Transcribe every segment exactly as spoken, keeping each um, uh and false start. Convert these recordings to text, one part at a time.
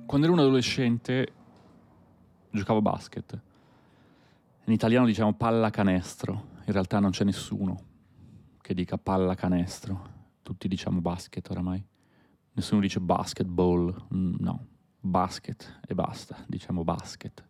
Quando ero un adolescente giocavo a basket. In italiano diciamo pallacanestro, in realtà non c'è nessuno che dica pallacanestro, tutti diciamo basket oramai. Nessuno dice basketball, no, basket e basta, diciamo basket.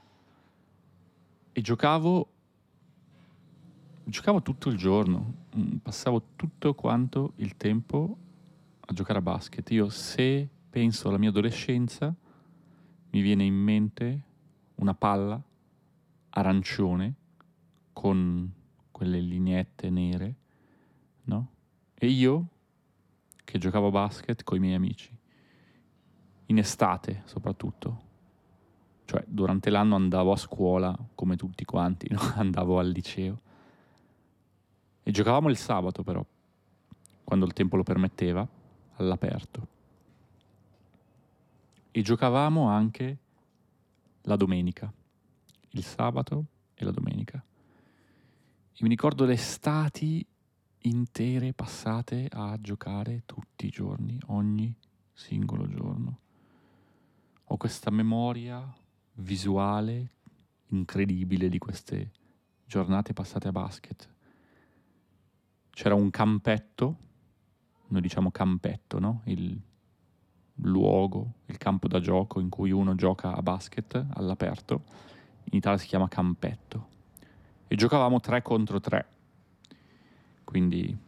E giocavo, giocavo tutto il giorno, passavo tutto quanto il tempo a giocare a basket. Io se penso alla mia adolescenza mi viene in mente una palla arancione con quelle lineette nere, no? E io che giocavo a basket con i miei amici, in estate soprattutto, cioè durante l'anno andavo a scuola come tutti quanti, no? Andavo al liceo e giocavamo il sabato però, quando il tempo lo permetteva, all'aperto. E giocavamo anche la domenica, il sabato e la domenica. E mi ricordo le estati intere passate a giocare tutti i giorni, ogni singolo giorno. Ho questa memoria visuale incredibile di queste giornate passate a basket. C'era un campetto, noi diciamo campetto, no? Il luogo, il campo da gioco in cui uno gioca a basket all'aperto. In Italia si chiama campetto. E giocavamo tre contro tre. Quindi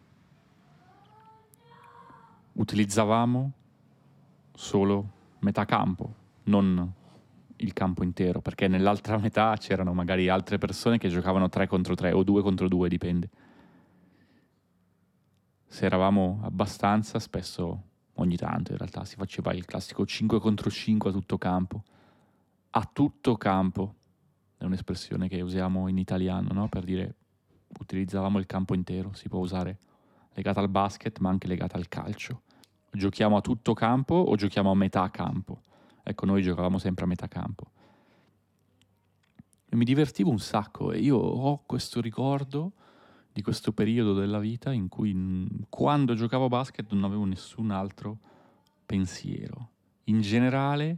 utilizzavamo solo metà campo, non il campo intero, perché nell'altra metà c'erano magari altre persone che giocavano tre contro tre o due contro due, dipende. Se eravamo abbastanza, spesso, ogni tanto in realtà, si faceva il classico cinque contro cinque a tutto campo. A tutto campo, è un'espressione che usiamo in italiano, no? Per dire utilizzavamo il campo intero, si può usare legata al basket ma anche legata al calcio. Giochiamo a tutto campo o giochiamo a metà campo? Ecco, noi giocavamo sempre a metà campo. E mi divertivo un sacco e io ho questo ricordo di questo periodo della vita in cui quando giocavo a basket non avevo nessun altro pensiero. In generale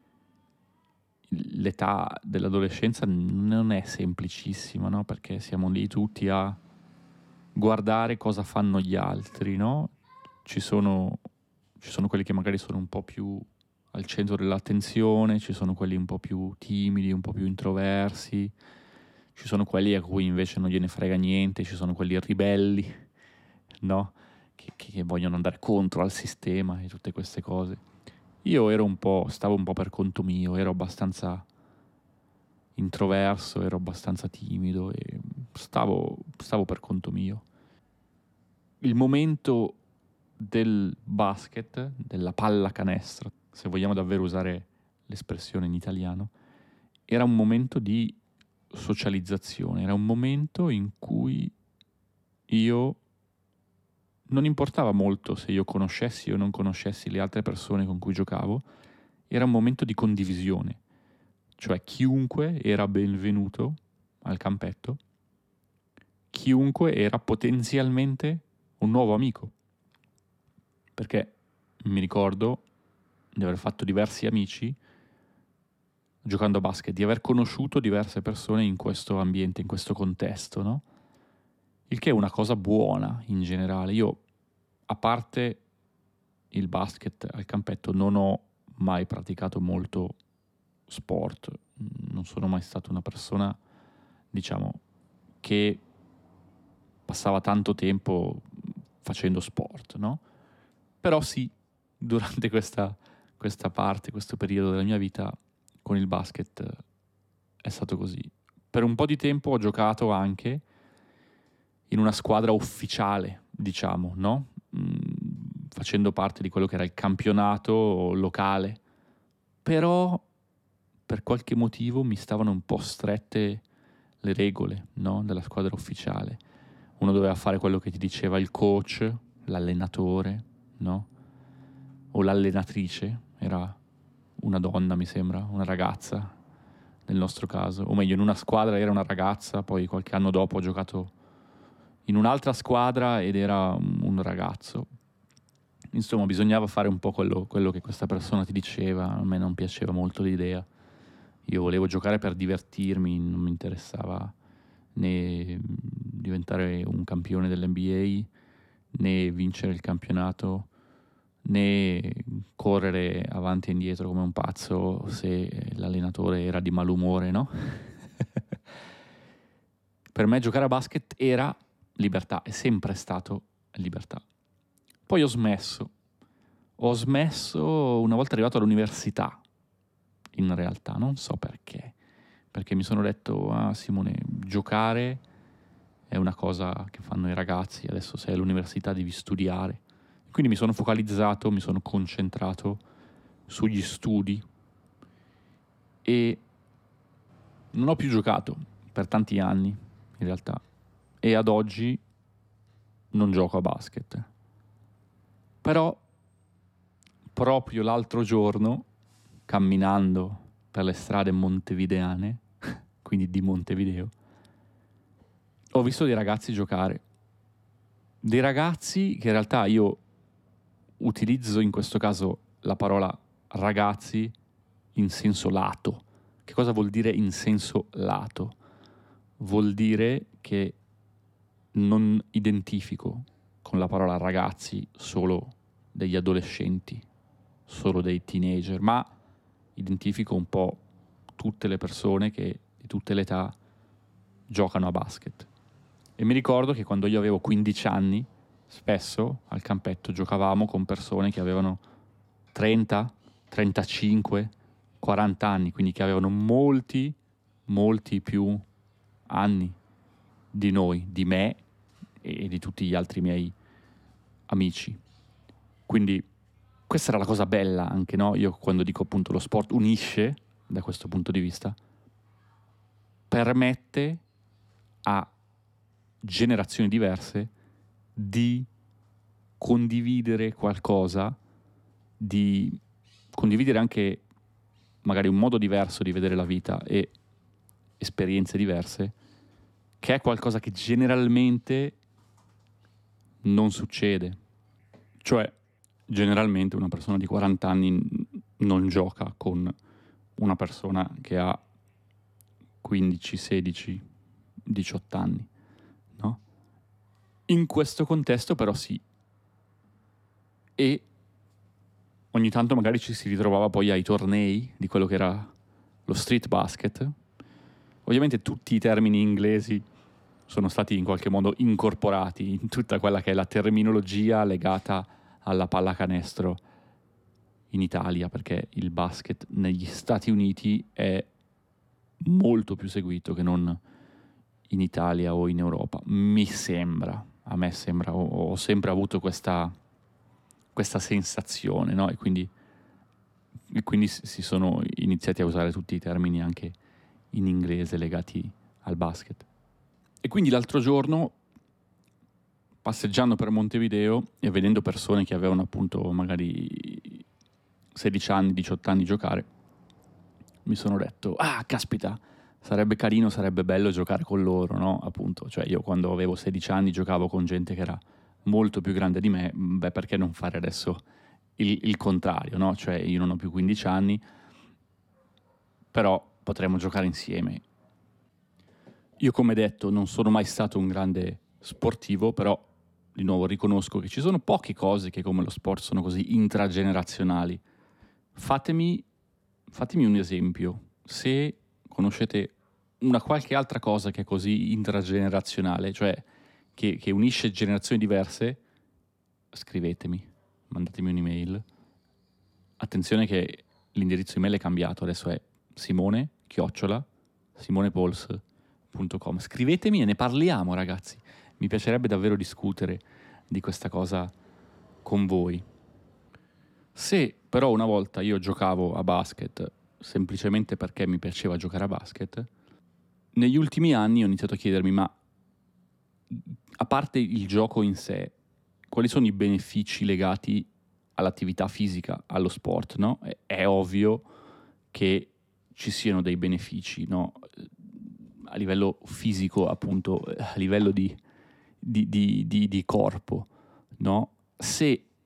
l'età dell'adolescenza non è semplicissima, no? Perché siamo lì tutti a guardare cosa fanno gli altri, no? Ci sono, ci sono quelli che magari sono un po' più al centro dell'attenzione, ci sono quelli un po' più timidi, un po' più introversi, ci sono quelli a cui invece non gliene frega niente, ci sono quelli ribelli, no? Che, che vogliono andare contro al sistema e tutte queste cose. Io ero un po', stavo un po' per conto mio, ero abbastanza introverso, ero abbastanza timido e stavo, stavo per conto mio. Il momento del basket, della pallacanestro, se vogliamo davvero usare l'espressione in italiano, era un momento di socializzazione, era un momento in cui io non importava molto se io conoscessi o non conoscessi le altre persone con cui giocavo, era un momento di condivisione, cioè chiunque era benvenuto al campetto, chiunque era potenzialmente un nuovo amico, perché mi ricordo di aver fatto diversi amici giocando a basket, di aver conosciuto diverse persone in questo ambiente, in questo contesto, no? Il che è una cosa buona in generale. Io, a parte il basket al campetto, non ho mai praticato molto sport. Non sono mai stato una persona, diciamo, che passava tanto tempo facendo sport, no? Però sì, durante questa, questa parte, questo periodo della mia vita, con il basket è stato così. Per un po' di tempo ho giocato anche in una squadra ufficiale, diciamo, no? Mm, facendo parte di quello che era il campionato locale. Però per qualche motivo mi stavano un po' strette le regole, no? Della squadra ufficiale. Uno doveva fare quello che ti diceva il coach, l'allenatore, no? O l'allenatrice, era una donna mi sembra, una ragazza nel nostro caso, o meglio in una squadra era una ragazza, poi qualche anno dopo ho giocato in un'altra squadra ed era un ragazzo. Insomma, bisognava fare un po' quello, quello che questa persona ti diceva. A me non piaceva molto l'idea. Io volevo giocare per divertirmi, non mi interessava né diventare un campione dell'N B A, né vincere il campionato, né correre avanti e indietro come un pazzo se l'allenatore era di malumore, no? Per me giocare a basket era libertà, è sempre stato libertà. Poi ho smesso. Ho smesso una volta arrivato all'università, in realtà, non so perché. Perché mi sono detto, ah Simone, giocare è una cosa che fanno i ragazzi, adesso sei all'università devi studiare. Quindi mi sono focalizzato, mi sono concentrato sugli studi e non ho più giocato per tanti anni, in realtà. E ad oggi non gioco a basket. Però proprio l'altro giorno, camminando per le strade montevideane, quindi di Montevideo, ho visto dei ragazzi giocare. Dei ragazzi che in realtà io utilizzo in questo caso la parola ragazzi in senso lato. Che cosa vuol dire in senso lato? Vuol dire che non identifico con la parola ragazzi solo degli adolescenti, solo dei teenager, ma identifico un po' tutte le persone che di tutte le età giocano a basket. E mi ricordo che quando io avevo quindici anni, spesso al campetto giocavamo con persone che avevano trenta, trentacinque, quaranta anni, quindi che avevano molti, molti più anni di noi, di me e di tutti gli altri miei amici. Quindi questa era la cosa bella anche, no? Io quando dico appunto lo sport unisce, da questo punto di vista, permette a generazioni diverse di condividere qualcosa, di condividere anche magari un modo diverso di vedere la vita e esperienze diverse, che è qualcosa che generalmente non succede. Cioè, generalmente una persona di quaranta anni non gioca con una persona che ha quindici, sedici, diciotto anni, no? In questo contesto però sì. E ogni tanto magari ci si ritrovava poi ai tornei di quello che era lo street basket. Ovviamente tutti i termini inglesi sono stati in qualche modo incorporati in tutta quella che è la terminologia legata alla pallacanestro in Italia, perché il basket negli Stati Uniti è molto più seguito che non in Italia o in Europa. Mi sembra, a me sembra, ho, ho sempre avuto questa, questa sensazione, no? E quindi, e quindi si sono iniziati a usare tutti i termini anche in inglese legati al basket. E quindi l'altro giorno, passeggiando per Montevideo e vedendo persone che avevano appunto magari sedici anni, diciotto anni giocare, mi sono detto, ah, caspita, sarebbe carino, sarebbe bello giocare con loro, no? Appunto, cioè io quando avevo sedici anni giocavo con gente che era molto più grande di me, beh, perché non fare adesso il, il contrario, no? Cioè io non ho più quindici anni, però potremmo giocare insieme. Io, come detto, non sono mai stato un grande sportivo, però di nuovo riconosco che ci sono poche cose che come lo sport sono così intragenerazionali. Fatemi, fatemi un esempio. Se conoscete una qualche altra cosa che è così intragenerazionale, cioè che, che unisce generazioni diverse, scrivetemi, mandatemi un'email. Attenzione che l'indirizzo email è cambiato, adesso è simone chiocciola simonepols punto com. Scrivetemi e ne parliamo, ragazzi. Mi piacerebbe davvero discutere di questa cosa con voi. Se però una volta io giocavo a basket semplicemente perché mi piaceva giocare a basket, negli ultimi anni ho iniziato a chiedermi, ma a parte il gioco in sé, quali sono i benefici legati all'attività fisica, allo sport, no? È, è ovvio che ci siano dei benefici, no? A livello fisico, appunto, a livello di, di, di, di, di corpo, no? Se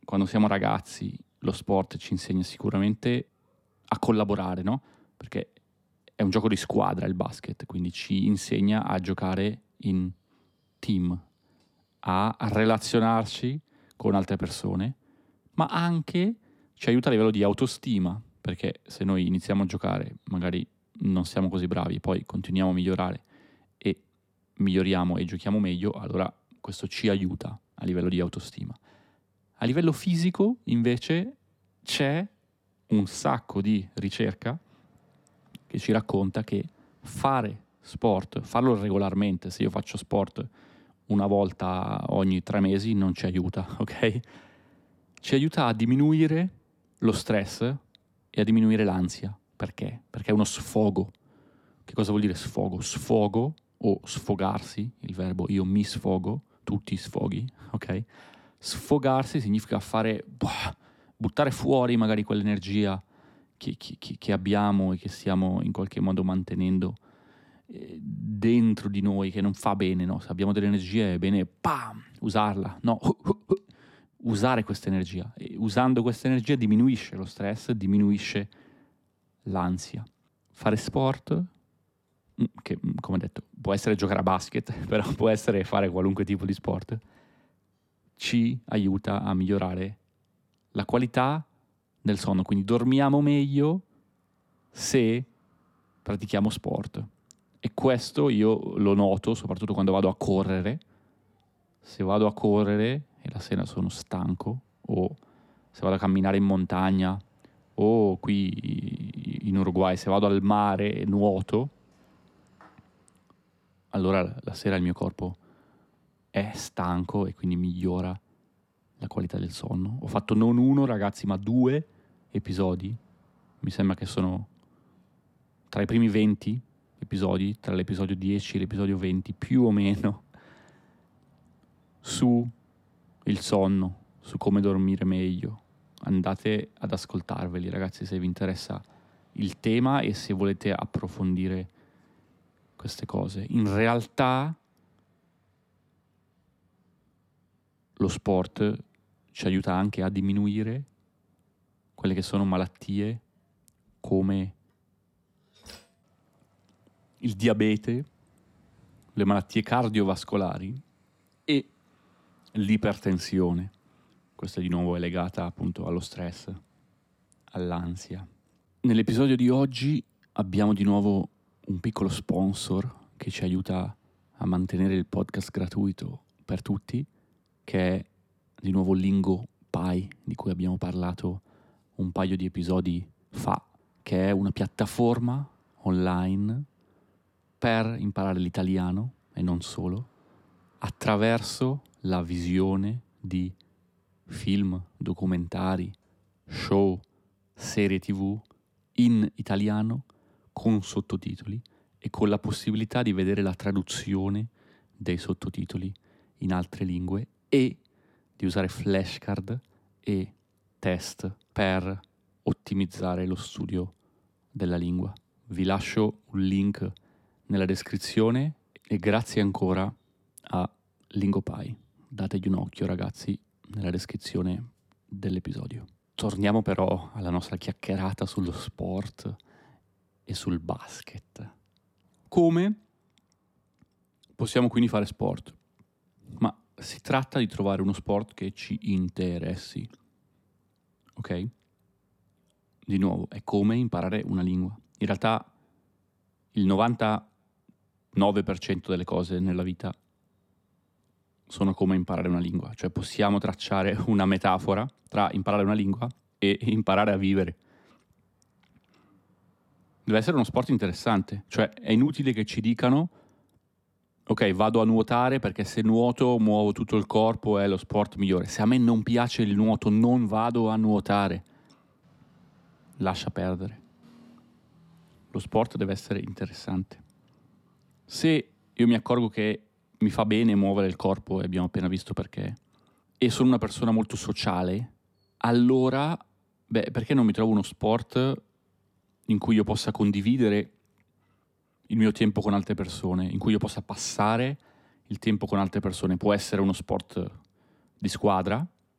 quando siamo ragazzi lo sport ci insegna sicuramente a collaborare, no? Perché è un gioco di squadra il basket, quindi ci insegna a giocare in team, a, a relazionarci con altre persone, ma anche ci aiuta a livello di autostima, perché se noi iniziamo a giocare, magari non siamo così bravi, poi continuiamo a migliorare e miglioriamo e giochiamo meglio, allora questo ci aiuta a livello di autostima. A livello fisico, invece, c'è un sacco di ricerca che ci racconta che fare sport, farlo regolarmente, se io faccio sport una volta ogni tre mesi non ci aiuta, ok? Ci aiuta a diminuire lo stress e a diminuire l'ansia. Perché? Perché è uno sfogo. Che cosa vuol dire sfogo? Sfogo o sfogarsi, il verbo io mi sfogo, tu ti sfoghi, ok? Sfogarsi significa fare, boh, buttare fuori magari quell'energia che, che, che abbiamo e che stiamo in qualche modo mantenendo eh, dentro di noi, che non fa bene, no? Se abbiamo dell'energia è bene, pam, usarla, no? Usare questa energia. E usando questa energia diminuisce lo stress, diminuisce l'ansia. Fare sport, che come ho detto, può essere giocare a basket, però può essere fare qualunque tipo di sport, ci aiuta a migliorare la qualità del sonno. Quindi dormiamo meglio se pratichiamo sport. E questo io lo noto soprattutto quando vado a correre. Se vado a correre e la sera sono stanco, o se vado a camminare in montagna, o qui in Uruguay se vado al mare e nuoto, allora la sera il mio corpo è stanco e quindi migliora la qualità del sonno. Ho fatto non uno, ragazzi, ma due episodi, mi sembra che sono tra i primi venti episodi, tra l'episodio dieci e l'episodio venti, più o meno, su il sonno, su come dormire meglio. Andate ad ascoltarveli, ragazzi, se vi interessa il tema e se volete approfondire queste cose. In realtà lo sport ci aiuta anche a diminuire quelle che sono malattie come il diabete, le malattie cardiovascolari e l'ipertensione. Questa di nuovo è legata appunto allo stress, all'ansia. Nell'episodio di oggi abbiamo di nuovo un piccolo sponsor che ci aiuta a mantenere il podcast gratuito per tutti, che è di nuovo LingoPie, di cui abbiamo parlato un paio di episodi fa, che è una piattaforma online per imparare l'italiano e non solo, attraverso la visione di film, documentari, show, serie tv in italiano con sottotitoli e con la possibilità di vedere la traduzione dei sottotitoli in altre lingue e di usare flashcard e test per ottimizzare lo studio della lingua. Vi lascio un link nella descrizione e grazie ancora a LingoPie. Dategli un occhio, ragazzi, nella descrizione dell'episodio. Torniamo però alla nostra chiacchierata sullo sport e sul basket. Come possiamo quindi fare sport? Ma si tratta di trovare uno sport che ci interessi, ok? Di nuovo, è come imparare una lingua. In realtà il novantanove per cento delle cose nella vita sono come imparare una lingua. Cioè possiamo tracciare una metafora tra imparare una lingua e imparare a vivere. Deve essere uno sport interessante. Cioè è inutile che ci dicano ok, vado a nuotare perché se nuoto muovo tutto il corpo, è lo sport migliore. Se a me non piace il nuoto, non vado a nuotare. Lascia perdere. Lo sport deve essere interessante. Se io mi accorgo che mi fa bene muovere il corpo, e abbiamo appena visto perché, e sono una persona molto sociale, allora, beh, perché non mi trovo uno sport in cui io possa condividere il mio tempo con altre persone, in cui io possa passare il tempo con altre persone? Può essere uno sport di squadra,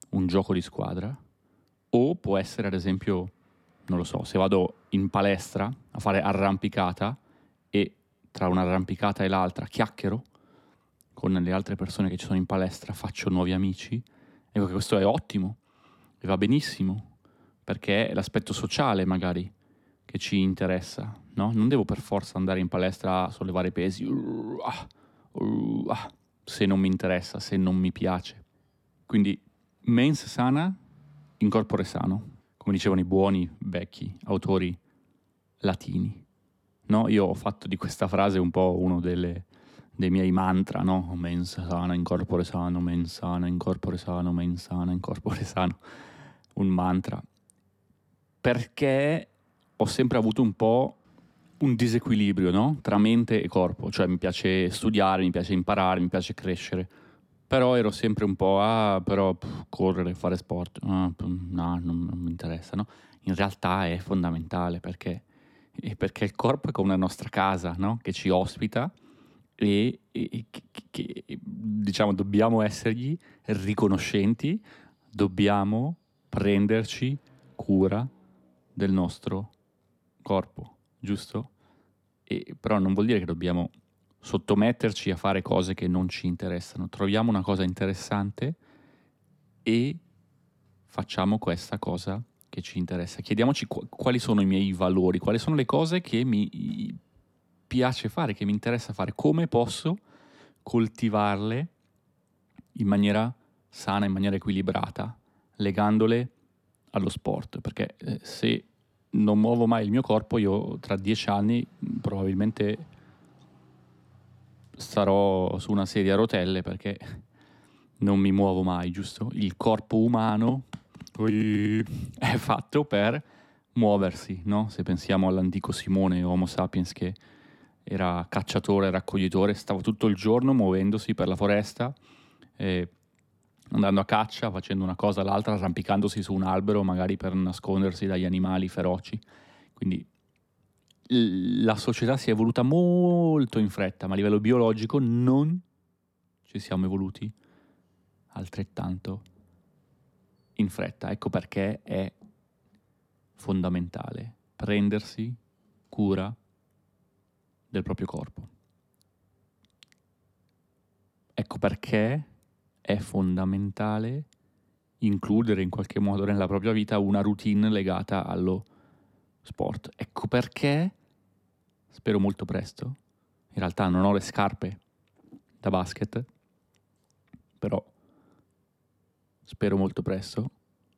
un gioco di squadra, o può essere ad esempio, non lo so, se vado in palestra a fare arrampicata e tra un'arrampicata e l'altra chiacchiero con le altre persone che ci sono in palestra, faccio nuovi amici, ecco che questo è ottimo e va benissimo, perché è l'aspetto sociale magari che ci interessa, no? Non devo per forza andare in palestra a sollevare pesi, uh, ah, uh, ah, se non mi interessa, se non mi piace. Quindi mens sana, in corpore sano, come dicevano i buoni vecchi autori latini. No? Io ho fatto di questa frase un po' uno delle, dei miei mantra, no? Mens sana, in corpore sano, mens sana, in corpore sano, mens sana, in corpore sano. Un mantra. Perché ho sempre avuto un po' un disequilibrio, no? Tra mente e corpo. Cioè mi piace studiare, mi piace imparare, mi piace crescere. Però ero sempre un po', ah, però pff, correre, fare sport, ah, pff, no, non, non mi interessa, no? In realtà è fondamentale perché, eh, perché il corpo è come la nostra casa, no? Che ci ospita e, e che, che, diciamo, dobbiamo essergli riconoscenti, dobbiamo prenderci cura del nostro corpo, giusto? E, però non vuol dire che dobbiamo sottometterci a fare cose che non ci interessano. Troviamo una cosa interessante e facciamo questa cosa che ci interessa. Chiediamoci qu- quali sono i miei valori, quali sono le cose che mi piace fare, che mi interessa fare, come posso coltivarle in maniera sana, in maniera equilibrata, legandole allo sport, perché eh, se non muovo mai il mio corpo, io tra dieci anni probabilmente starò su una sedia a rotelle perché non mi muovo mai, giusto? Il corpo umano è fatto per muoversi, no? Se pensiamo all'antico Simone, Homo sapiens, che era cacciatore, raccoglitore, stava tutto il giorno muovendosi per la foresta, eh, andando a caccia, facendo una cosa all'altra, arrampicandosi su un albero magari per nascondersi dagli animali feroci. Quindi la società si è evoluta molto in fretta, ma a livello biologico non ci siamo evoluti altrettanto in fretta. Ecco perché è fondamentale prendersi cura del proprio corpo. Ecco perché è fondamentale includere in qualche modo nella propria vita una routine legata allo sport. Ecco perché, spero molto presto, in realtà non ho le scarpe da basket, però spero molto presto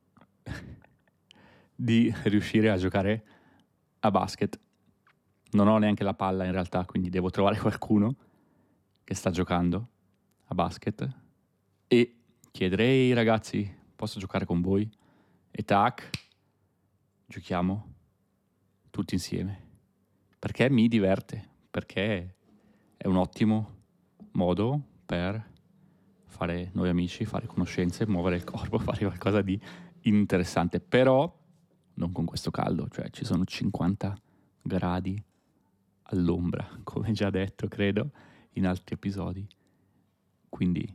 di riuscire a giocare a basket. Non ho neanche la palla in realtà, quindi devo trovare qualcuno che sta giocando a basket e chiederei, ragazzi, posso giocare con voi? E tac, giochiamo tutti insieme. Perché mi diverte, perché è un ottimo modo per fare nuovi amici, fare conoscenze, muovere il corpo, fare qualcosa di interessante. Però non con questo caldo, cioè ci sono cinquanta gradi all'ombra, come già detto, credo, in altri episodi. Quindi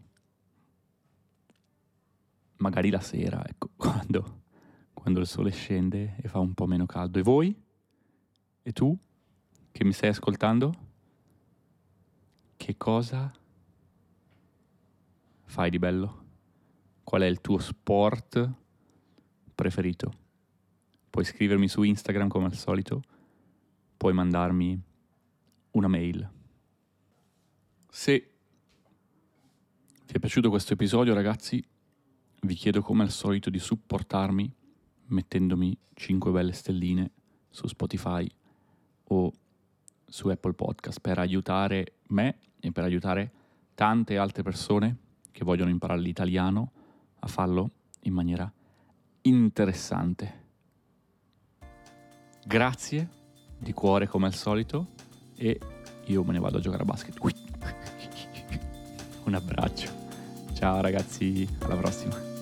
magari la sera, ecco, quando, quando il sole scende e fa un po' meno caldo. E voi? E tu? Che mi stai ascoltando? Che cosa fai di bello? Qual è il tuo sport preferito? Puoi scrivermi su Instagram come al solito, puoi mandarmi una mail. Se vi è piaciuto questo episodio, ragazzi, vi chiedo come al solito di supportarmi mettendomi cinque belle stelline su Spotify o su Apple Podcast per aiutare me e per aiutare tante altre persone che vogliono imparare l'italiano a farlo in maniera interessante. Grazie di cuore come al solito e io me ne vado a giocare a basket. Un abbraccio. Ciao ragazzi, alla prossima.